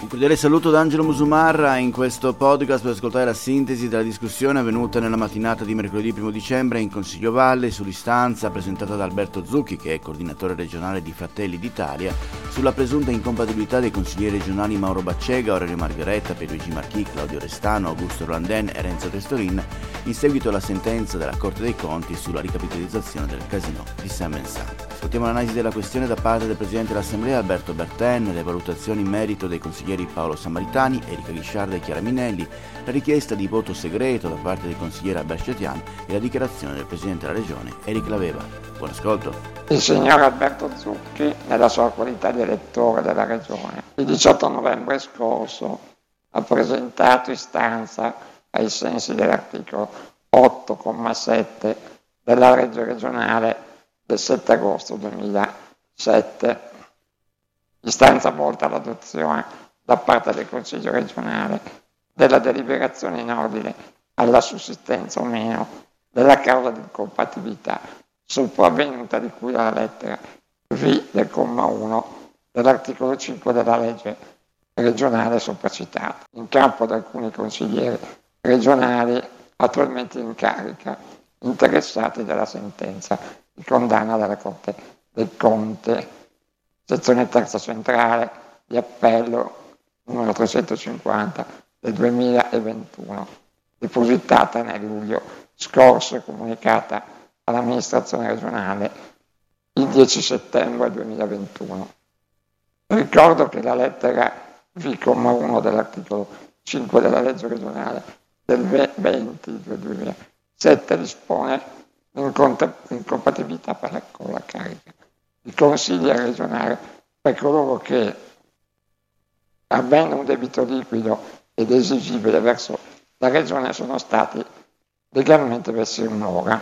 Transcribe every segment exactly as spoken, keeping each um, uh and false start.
Un cordiale saluto da Angelo Musumarra in questo podcast per ascoltare la sintesi della discussione avvenuta nella mattinata di mercoledì primo dicembre in Consiglio Valle sull'istanza presentata da Alberto Zucchi, che è coordinatore regionale di Fratelli d'Italia, sulla presunta incompatibilità dei consiglieri regionali Mauro Baccega, Aurelio Margheretta, Pierluigi Marchi, Claudio Restano, Augusto Rolandin e Renzo Testorin in seguito alla sentenza della Corte dei Conti sulla ricapitalizzazione del casino di Saint Vincent. Ascoltiamo l'analisi della questione da parte del Presidente dell'Assemblea Alberto Berten, le valutazioni in merito dei consiglieri Paolo Sammaritani, Erika Ghisciarda e Chiara Minelli, la richiesta di voto segreto da parte del consigliere Albert Chrétien e la dichiarazione del Presidente della Regione Eric Laveva. Buon ascolto. Il signor Alberto Zucchi, nella sua qualità di elettore della Regione, il diciotto novembre scorso ha presentato istanza ai sensi dell'articolo otto comma sette della legge regionale del sette agosto duemilasette, istanza volta all'adozione da parte del Consiglio regionale della deliberazione in ordine alla sussistenza o meno della causa di incompatibilità sopravvenuta di cui alla lettera V del comma uno dell'articolo cinque della legge regionale sopracitata, in campo ad alcuni consiglieri regionali attualmente in carica, interessati dalla sentenza di condanna della Corte dei Conti, sezione terza centrale di appello numero trecentocinquanta del duemilaventuno, depositata nel luglio scorso e comunicata all'amministrazione regionale il dieci settembre duemilaventuno. Ricordo che la lettera V comma uno dell'articolo cinque della legge regionale del venti del duemilasette dispone l'incompatibilità per la, con la carica di consigliere regionale per coloro che, avendo un debito liquido ed esigibile verso la regione, sono stati legalmente messi in mora.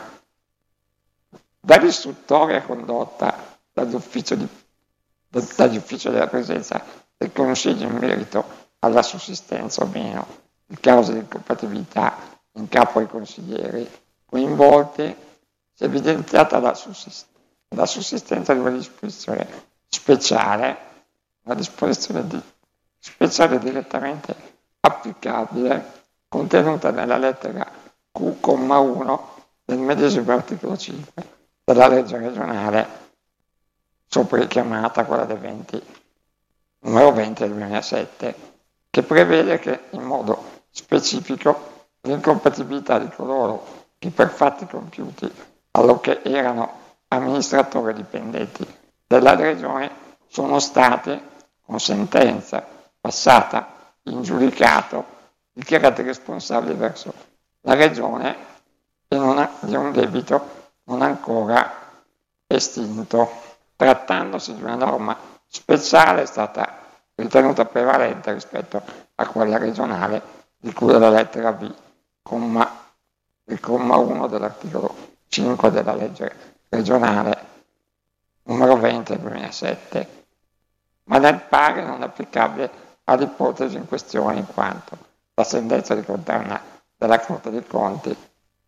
Dall'istruttoria condotta dall'ufficio, di, dall'ufficio della presenza del Consiglio in merito alla sussistenza o meno di cause di incompatibilità in capo ai consiglieri coinvolti, si è evidenziata la, sussist- la sussistenza di una disposizione speciale, una disposizione di- speciale direttamente applicabile, contenuta nella lettera Q comma uno del medesimo articolo cinque della legge regionale sopra richiamata, quella del venti, numero venti del duemilasette, che prevede che in modo specifico l'incompatibilità di coloro che per fatti compiuti allorché erano amministratori dipendenti della regione sono stati, con sentenza passata in giudicato, dichiarati responsabili verso la regione e non ha, di un debito non ancora estinto. Trattandosi di una norma speciale è stata ritenuta prevalente rispetto a quella regionale di cui è la lettera V, comma, il comma uno dell'articolo cinque della legge regionale numero venti del duemilasette, ma nel pari non applicabile all'ipotesi in questione, in quanto la sentenza di condanna della Corte dei Conti,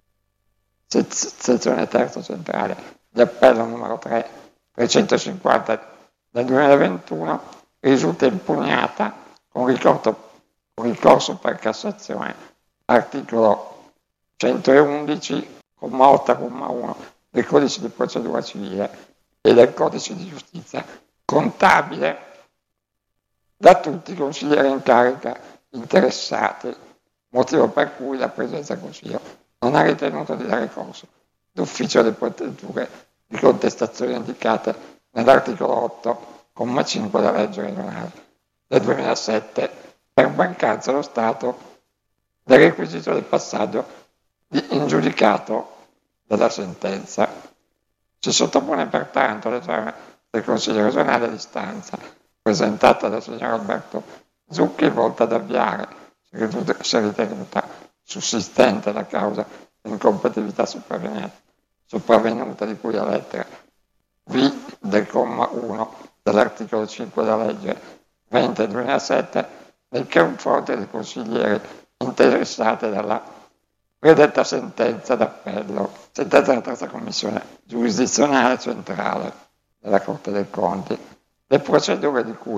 sezione terza centrale di appello numero tre trecentocinquanta del duemilaventuno, risulta impugnata con ricorso, con ricorso per Cassazione, articolo centoundici comma otto comma uno del Codice di Procedura Civile e del Codice di Giustizia contabile da tutti i consiglieri in carica interessati, motivo per cui la Presidenza del Consiglio non ha ritenuto di dare corso d'ufficio alle procedure di contestazione indicate nell'articolo otto comma cinque della legge regionale del duemilasette per mancanza allo Stato del requisito del passaggio di ingiudicato della sentenza. Si sottopone pertanto all'esame del Consiglio regionale l'istanza presentata dal signor Alberto Zucchi volta ad avviare, se ritenuta sussistente la causa di incompatibilità sopravvenuta, sopravvenuta di cui la lettera V del comma uno dell'articolo cinque della legge venti del duemilasette nei confronti dei consiglieri interessati dalla predetta sentenza d'appello, sentenza della terza commissione giurisdizionale centrale della Corte dei Conti. Le procedure di cui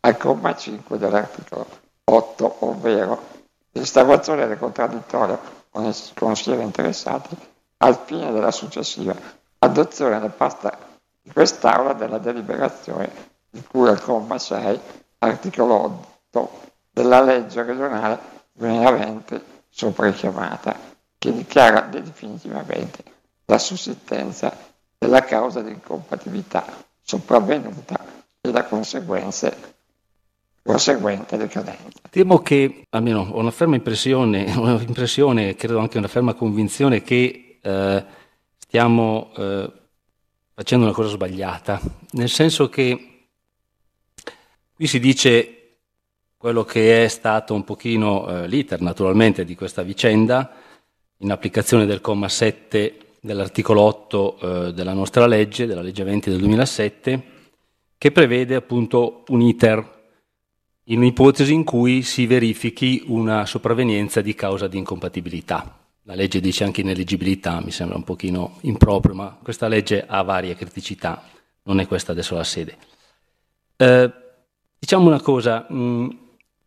al comma cinque dell'articolo otto, ovvero l'instaurazione del contraddittorio con i consiglieri interessati al fine della successiva adozione da parte di quest'Aula della deliberazione di cui al comma sei, articolo otto della legge regionale duemilaventi sopra richiamata, che dichiara definitivamente la sussistenza della causa di incompatibilità sopravvenuta e la conseguenze conseguente decadenza. Temo che, almeno ho una ferma impressione, una impressione, credo anche una ferma convinzione che eh, stiamo eh, facendo una cosa sbagliata, nel senso che qui si dice quello che è stato un pochino eh, l'iter naturalmente di questa vicenda, in applicazione del comma sette dell'articolo otto eh, della nostra legge, della legge venti del duemilasette, che prevede appunto un iter in un'ipotesi in cui si verifichi una sopravvenienza di causa di incompatibilità. La legge dice anche ineleggibilità, mi sembra un pochino improprio, ma questa legge ha varie criticità, non è questa adesso la sede. Eh, diciamo una cosa, mh,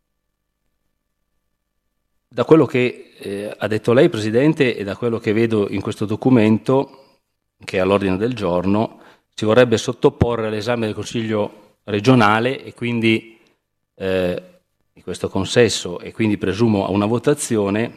da quello che eh, ha detto lei, Presidente, e da quello che vedo in questo documento, che è all'ordine del giorno, si vorrebbe sottoporre all'esame del Consiglio regionale e quindi Eh, di questo consesso e quindi presumo a una votazione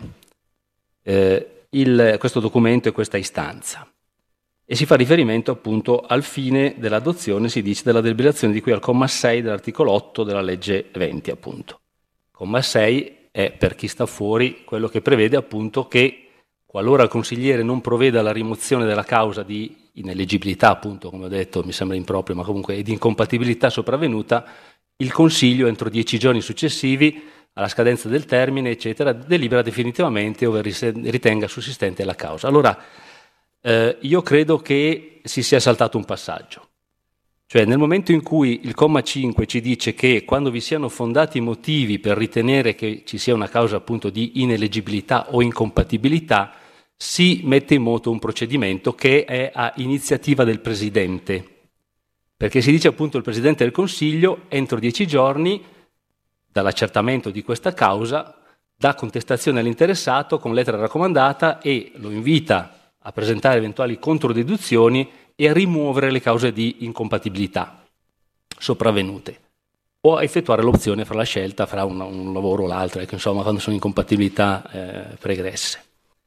eh, il, questo documento e questa istanza, e si fa riferimento appunto al fine dell'adozione, si dice, della deliberazione di cui al comma sei dell'articolo otto della legge venti appunto. Comma sei è, per chi sta fuori, quello che prevede appunto che qualora il consigliere non provveda alla rimozione della causa di ineleggibilità, appunto come ho detto mi sembra improprio, ma comunque di incompatibilità sopravvenuta, il Consiglio, entro dieci giorni successivi alla scadenza del termine, eccetera, delibera definitivamente ove ritenga sussistente la causa. Allora, eh, io credo che si sia saltato un passaggio. Cioè, nel momento in cui il comma cinque ci dice che quando vi siano fondati motivi per ritenere che ci sia una causa appunto di ineleggibilità o incompatibilità, si mette in moto un procedimento che è a iniziativa del Presidente. Perché si dice appunto il Presidente del Consiglio, entro dieci giorni dall'accertamento di questa causa, dà contestazione all'interessato con lettera raccomandata e lo invita a presentare eventuali controdeduzioni e a rimuovere le cause di incompatibilità sopravvenute o a effettuare l'opzione fra la scelta fra un, un lavoro o l'altro, ecco, insomma, quando sono incompatibilità eh, pregresse.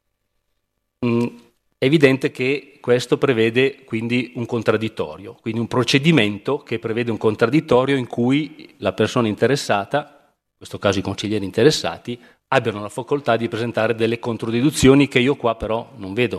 Mm. È evidente che questo prevede quindi un contraddittorio, quindi un procedimento che prevede un contraddittorio in cui la persona interessata, in questo caso i consiglieri interessati, abbiano la facoltà di presentare delle controdeduzioni che io qua però non vedo.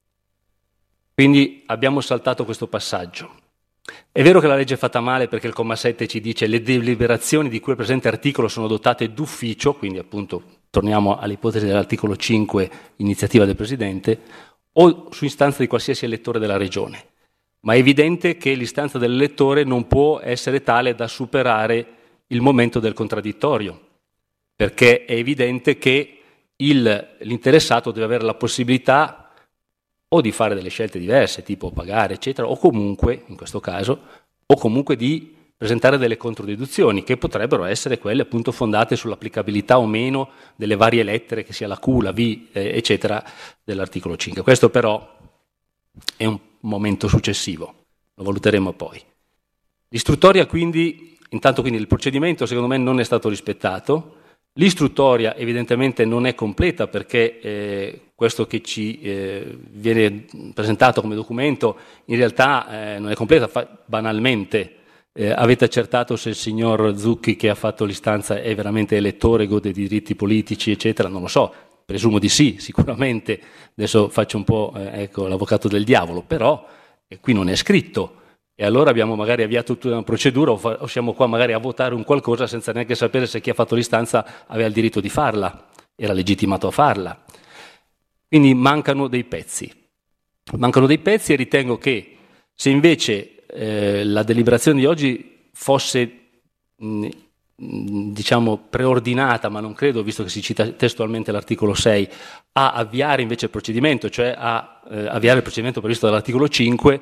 Quindi abbiamo saltato questo passaggio. È vero che la legge è fatta male perché il comma sette ci dice le deliberazioni di cui il presente articolo sono dotate d'ufficio, quindi appunto torniamo all'ipotesi dell'articolo cinque, iniziativa del Presidente, o su istanza di qualsiasi elettore della Regione. Ma è evidente che l'istanza dell'elettore non può essere tale da superare il momento del contraddittorio, perché è evidente che il, l'interessato deve avere la possibilità o di fare delle scelte diverse, tipo pagare, eccetera, o comunque, in questo caso, o comunque di presentare delle controdeduzioni, che potrebbero essere quelle appunto fondate sull'applicabilità o meno delle varie lettere, che sia la Q, la V, eh, eccetera, dell'articolo cinque. Questo però è un momento successivo, lo valuteremo poi. L'istruttoria quindi, intanto quindi il procedimento secondo me non è stato rispettato, l'istruttoria evidentemente non è completa perché eh, questo che ci eh, viene presentato come documento in realtà eh, non è completa, fa, banalmente. Eh, avete accertato se il signor Zucchi che ha fatto l'istanza è veramente elettore, gode di diritti politici, eccetera? Non lo so, presumo di sì, sicuramente. Adesso faccio un po' eh, ecco, l'avvocato del diavolo, però eh, qui non è scritto. E allora abbiamo magari avviato tutta una procedura o, fa- o siamo qua magari a votare un qualcosa senza neanche sapere se chi ha fatto l'istanza aveva il diritto di farla, era legittimato a farla. Quindi mancano dei pezzi. Mancano dei pezzi e ritengo che se invece Eh, la deliberazione di oggi fosse mh, diciamo preordinata, ma non credo, visto che si cita testualmente l'articolo sei, a avviare invece il procedimento, cioè a eh, avviare il procedimento previsto dall'articolo cinque,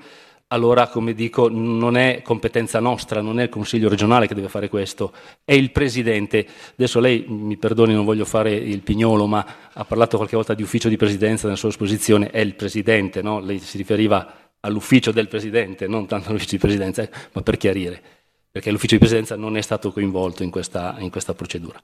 allora, come dico, non è competenza nostra, non è il Consiglio regionale che deve fare questo, è il Presidente. Adesso lei, mi perdoni, non voglio fare il pignolo, ma ha parlato qualche volta di ufficio di presidenza nella sua esposizione, è il Presidente, no? Lei si riferiva all'ufficio del Presidente, non tanto all'ufficio di presidenza, eh, ma per chiarire, perché l'ufficio di presidenza non è stato coinvolto in questa, in questa procedura.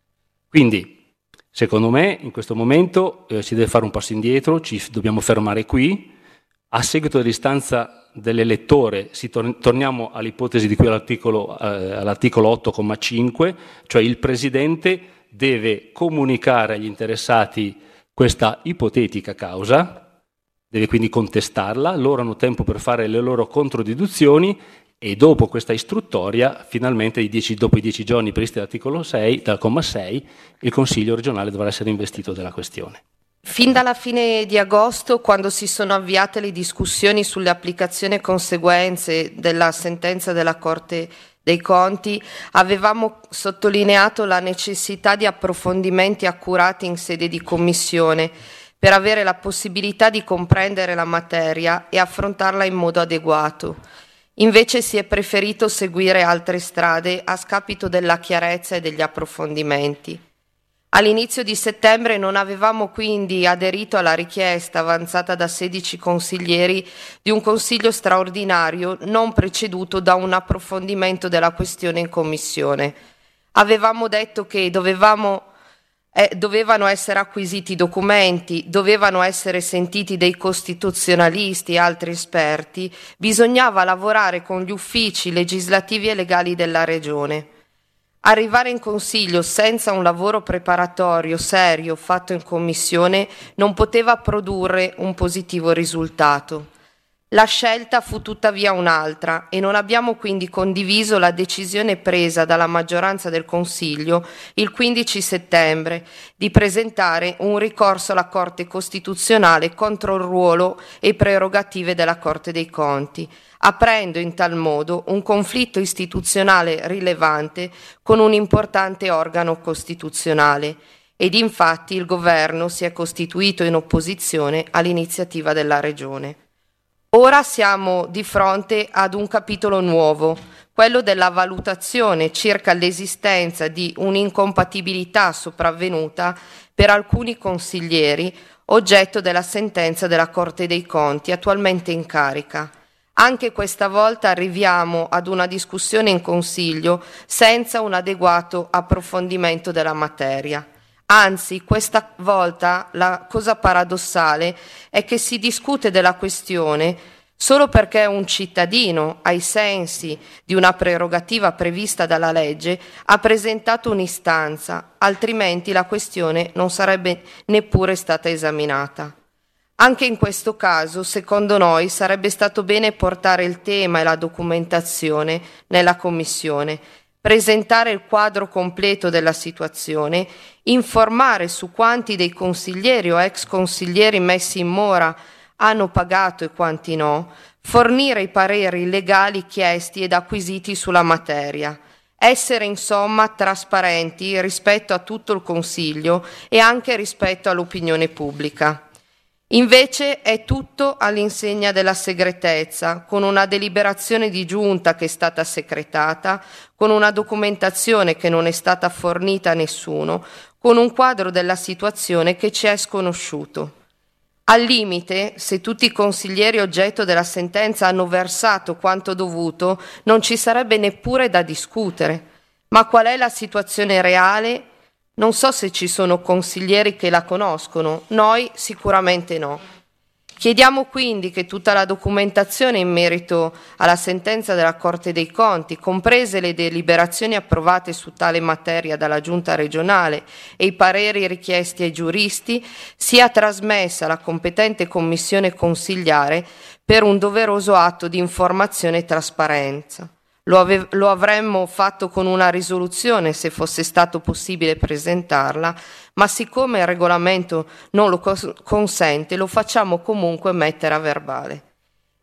Quindi, secondo me, in questo momento eh, si deve fare un passo indietro, ci dobbiamo fermare qui. A seguito dell'istanza dell'elettore si tor- torniamo all'ipotesi di cui all'articolo, eh, all'articolo otto comma cinque, cioè il Presidente deve comunicare agli interessati questa ipotetica causa, deve quindi contestarla, loro hanno tempo per fare le loro controdiduzioni e dopo questa istruttoria, finalmente i dieci, dopo i dieci giorni previsti dall'articolo sei, dal comma sei, il Consiglio regionale dovrà essere investito della questione. Fin dalla fine di agosto, quando si sono avviate le discussioni sulle applicazioni e conseguenze della sentenza della Corte dei Conti, avevamo sottolineato la necessità di approfondimenti accurati in sede di commissione per avere la possibilità di comprendere la materia e affrontarla in modo adeguato. Invece si è preferito seguire altre strade a scapito della chiarezza e degli approfondimenti. All'inizio di settembre non avevamo quindi aderito alla richiesta avanzata da sedici consiglieri di un consiglio straordinario non preceduto da un approfondimento della questione in commissione. Avevamo detto che dovevamo, eh, dovevano essere acquisiti documenti, dovevano essere sentiti dei costituzionalisti e altri esperti, bisognava lavorare con gli uffici legislativi e legali della Regione. Arrivare in Consiglio senza un lavoro preparatorio serio fatto in Commissione non poteva produrre un positivo risultato. La scelta fu tuttavia un'altra e non abbiamo quindi condiviso la decisione presa dalla maggioranza del Consiglio il quindici settembre di presentare un ricorso alla Corte Costituzionale contro il ruolo e prerogative della Corte dei Conti, aprendo in tal modo un conflitto istituzionale rilevante con un importante organo costituzionale. Ed infatti il Governo si è costituito in opposizione all'iniziativa della Regione. Ora siamo di fronte ad un capitolo nuovo, quello della valutazione circa l'esistenza di un'incompatibilità sopravvenuta per alcuni consiglieri, oggetto della sentenza della Corte dei Conti attualmente in carica. Anche questa volta arriviamo ad una discussione in Consiglio senza un adeguato approfondimento della materia. Anzi, questa volta la cosa paradossale è che si discute della questione solo perché un cittadino, ai sensi di una prerogativa prevista dalla legge, ha presentato un'istanza, altrimenti la questione non sarebbe neppure stata esaminata. Anche in questo caso, secondo noi, sarebbe stato bene portare il tema e la documentazione nella Commissione, presentare il quadro completo della situazione, informare su quanti dei consiglieri o ex consiglieri messi in mora hanno pagato e quanti no, fornire i pareri legali chiesti ed acquisiti sulla materia, essere insomma trasparenti rispetto a tutto il Consiglio e anche rispetto all'opinione pubblica. Invece è tutto all'insegna della segretezza, con una deliberazione di giunta che è stata secretata, con una documentazione che non è stata fornita a nessuno, con un quadro della situazione che ci è sconosciuto. Al limite, se tutti i consiglieri oggetto della sentenza hanno versato quanto dovuto, non ci sarebbe neppure da discutere. Ma qual è la situazione reale? Non so se ci sono consiglieri che la conoscono, noi sicuramente no. Chiediamo quindi che tutta la documentazione in merito alla sentenza della Corte dei Conti, comprese le deliberazioni approvate su tale materia dalla Giunta regionale e i pareri richiesti ai giuristi, sia trasmessa alla competente commissione consigliare per un doveroso atto di informazione e trasparenza. Lo, ave- lo avremmo fatto con una risoluzione se fosse stato possibile presentarla, ma siccome il regolamento non lo cos- consente, lo facciamo comunque mettere a verbale.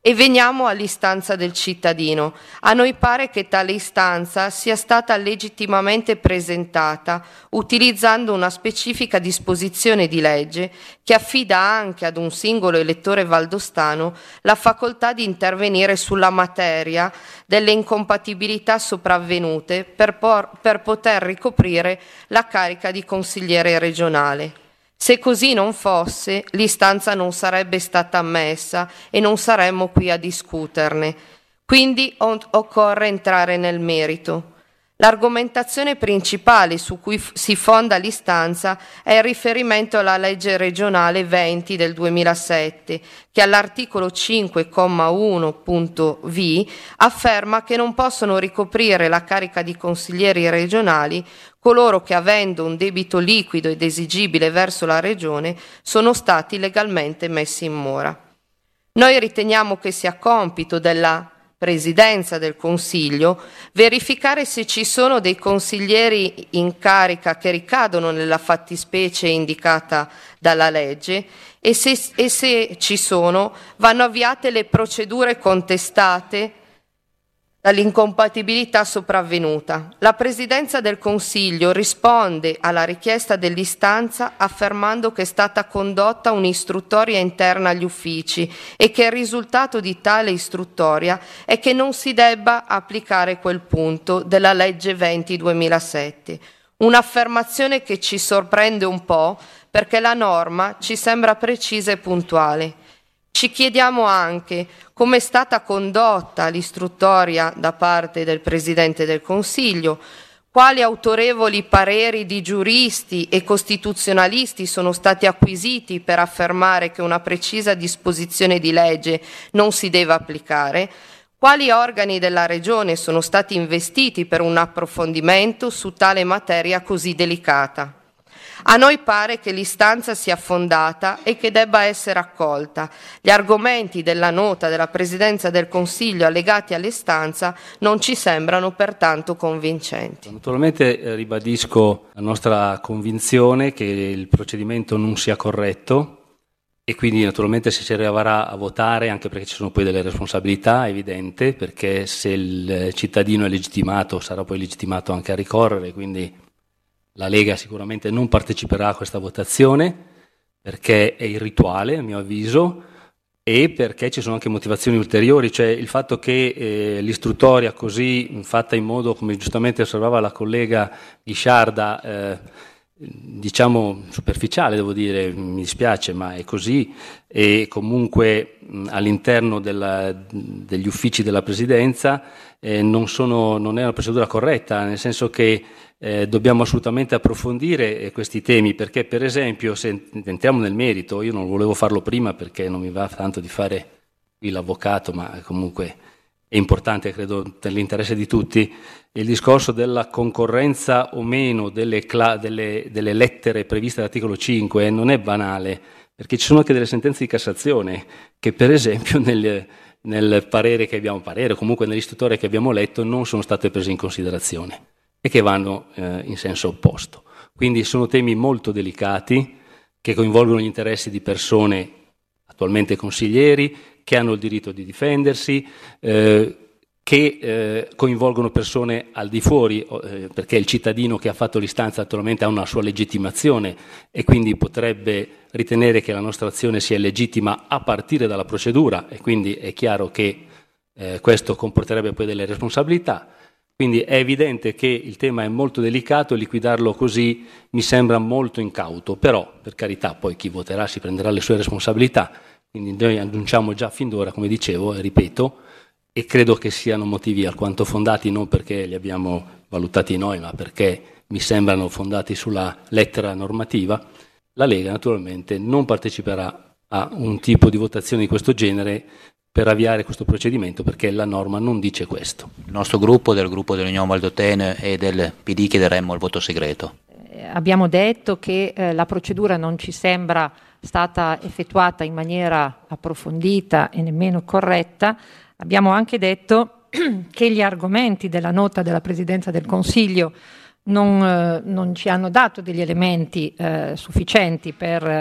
E veniamo all'istanza del cittadino. A noi pare che tale istanza sia stata legittimamente presentata utilizzando una specifica disposizione di legge che affida anche ad un singolo elettore valdostano la facoltà di intervenire sulla materia delle incompatibilità sopravvenute per, por- per poter ricoprire la carica di consigliere regionale. Se così non fosse, l'istanza non sarebbe stata ammessa e non saremmo qui a discuterne. Quindi o- occorre entrare nel merito. L'argomentazione principale su cui f- si fonda l'istanza è il riferimento alla legge regionale venti del duemilasette, che all'articolo cinque comma uno punto v afferma che non possono ricoprire la carica di consiglieri regionali coloro che, avendo un debito liquido ed esigibile verso la Regione, sono stati legalmente messi in mora. Noi riteniamo che sia compito della Presidenza del Consiglio verificare se ci sono dei consiglieri in carica che ricadono nella fattispecie indicata dalla legge e se, e se ci sono vanno avviate le procedure contestate dall'incompatibilità sopravvenuta. La Presidenza del Consiglio risponde alla richiesta dell'istanza affermando che è stata condotta un'istruttoria interna agli uffici e che il risultato di tale istruttoria è che non si debba applicare quel punto della legge venti duemilasette. Un'affermazione che ci sorprende un po' perché la norma ci sembra precisa e puntuale. Ci chiediamo anche come è stata condotta l'istruttoria da parte del Presidente del Consiglio, quali autorevoli pareri di giuristi e costituzionalisti sono stati acquisiti per affermare che una precisa disposizione di legge non si deve applicare, quali organi della Regione sono stati investiti per un approfondimento su tale materia così delicata. A noi pare che l'istanza sia fondata e che debba essere accolta. Gli argomenti della nota della Presidenza del Consiglio allegati all'istanza non ci sembrano pertanto convincenti. Naturalmente eh, ribadisco la nostra convinzione che il procedimento non sia corretto e quindi naturalmente se si arriverà a votare, anche perché ci sono poi delle responsabilità, è evidente, perché se il cittadino è legittimato sarà poi legittimato anche a ricorrere, quindi la Lega sicuramente non parteciperà a questa votazione perché è irrituale, a mio avviso, e perché ci sono anche motivazioni ulteriori, cioè il fatto che eh, l'istruttoria così fatta in modo, come giustamente osservava la collega Ghisciarda, eh, diciamo superficiale, devo dire, mi dispiace, ma è così, e comunque mh, all'interno della, degli uffici della Presidenza eh, non, sono, non è una procedura corretta, nel senso che Eh, dobbiamo assolutamente approfondire eh, questi temi, perché per esempio se entriamo nel merito, io non volevo farlo prima perché non mi va tanto di fare qui l'avvocato, ma comunque è importante, credo, per l'interesse di tutti, il discorso della concorrenza o meno delle, cla- delle, delle lettere previste dall'articolo cinque non è banale, perché ci sono anche delle sentenze di Cassazione che per esempio nel, nel parere che abbiamo, parere comunque nell'istruttoria che abbiamo letto, non sono state prese in considerazione e che vanno eh, in senso opposto. Quindi sono temi molto delicati che coinvolgono gli interessi di persone attualmente consiglieri, che hanno il diritto di difendersi, eh, che eh, coinvolgono persone al di fuori, eh, perché il cittadino che ha fatto l'istanza naturalmente ha una sua legittimazione e quindi potrebbe ritenere che la nostra azione sia legittima a partire dalla procedura e quindi è chiaro che eh, questo comporterebbe poi delle responsabilità. Quindi è evidente che il tema è molto delicato e liquidarlo così mi sembra molto incauto, però per carità poi chi voterà si prenderà le sue responsabilità, quindi noi annunciamo già fin d'ora, come dicevo e ripeto, e credo che siano motivi alquanto fondati, non perché li abbiamo valutati noi, ma perché mi sembrano fondati sulla lettera normativa. La Lega naturalmente non parteciperà a un tipo di votazione di questo genere per avviare questo procedimento, perché la norma non dice questo. Il nostro gruppo, del gruppo dell'Unione Valdotene e del P D, chiederemmo il voto segreto. Eh, abbiamo detto che eh, la procedura non ci sembra stata effettuata in maniera approfondita e nemmeno corretta. Abbiamo anche detto che gli argomenti della nota della Presidenza del Consiglio non, eh, non ci hanno dato degli elementi eh, sufficienti per eh,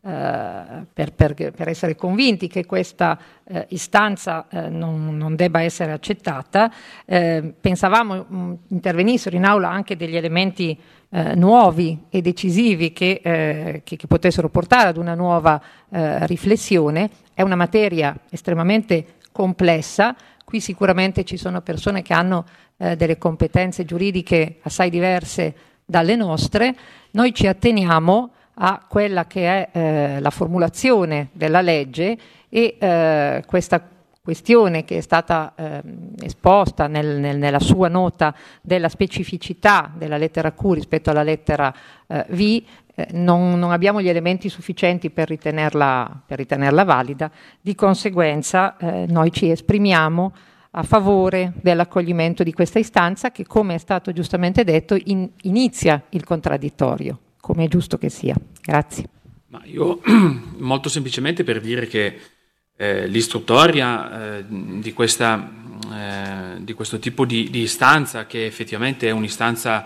eh, per, per, per essere convinti che questa eh, istanza eh, non, non debba essere accettata. Eh, pensavamo mh, intervenissero in aula anche degli elementi eh, nuovi e decisivi che, eh, che, che potessero portare ad una nuova eh, riflessione. È una materia estremamente complessa. Qui sicuramente ci sono persone che hanno eh, delle competenze giuridiche assai diverse dalle nostre. Noi ci atteniamo a quella che è eh, la formulazione della legge e eh, questa questione che è stata eh, esposta nel, nel, nella sua nota della specificità della lettera Q rispetto alla lettera eh, V, eh, non, non abbiamo gli elementi sufficienti per ritenerla, per ritenerla valida. Di conseguenza eh, noi ci esprimiamo a favore dell'accoglimento di questa istanza che, come è stato giustamente detto, in, inizia il contraddittorio, come è giusto che sia. Grazie. Ma io molto semplicemente per dire che eh, l'istruttoria eh, di, questa, eh, di questo tipo di, di istanza, che effettivamente è un'istanza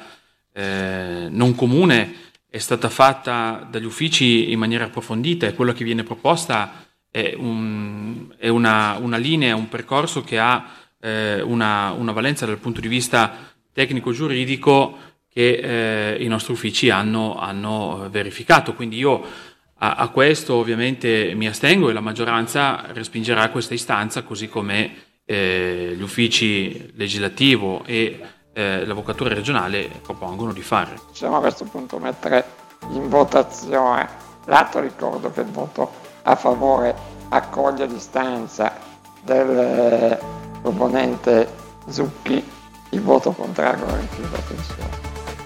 eh, non comune, è stata fatta dagli uffici in maniera approfondita e quello che viene proposta è, un, è una, una linea, un percorso che ha eh, una, una valenza dal punto di vista tecnico-giuridico che eh, i nostri uffici hanno, hanno verificato. Quindi io a, a questo ovviamente mi astengo e la maggioranza respingerà questa istanza, così come eh, gli uffici legislativo e eh, l'avvocatura regionale propongono di fare. Possiamo a questo punto mettere in votazione l'atto. Ricordo che il voto a favore accoglie l'istanza del proponente Zucchi, il voto contrario rifiuta tensione.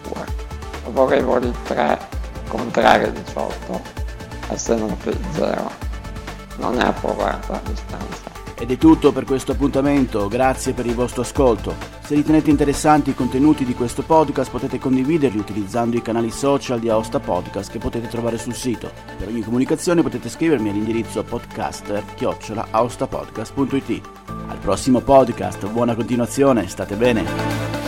Favorevoli tre, contrari diciotto, astenuti zero. Non è approvata l'istanza. Ed è tutto per questo appuntamento, grazie per il vostro ascolto. Se ritenete interessanti i contenuti di questo podcast potete condividerli utilizzando i canali social di Aosta Podcast che potete trovare sul sito. Per ogni comunicazione potete scrivermi all'indirizzo podcaster chiocciola aostapodcast punto it. Al prossimo podcast, buona continuazione, state bene!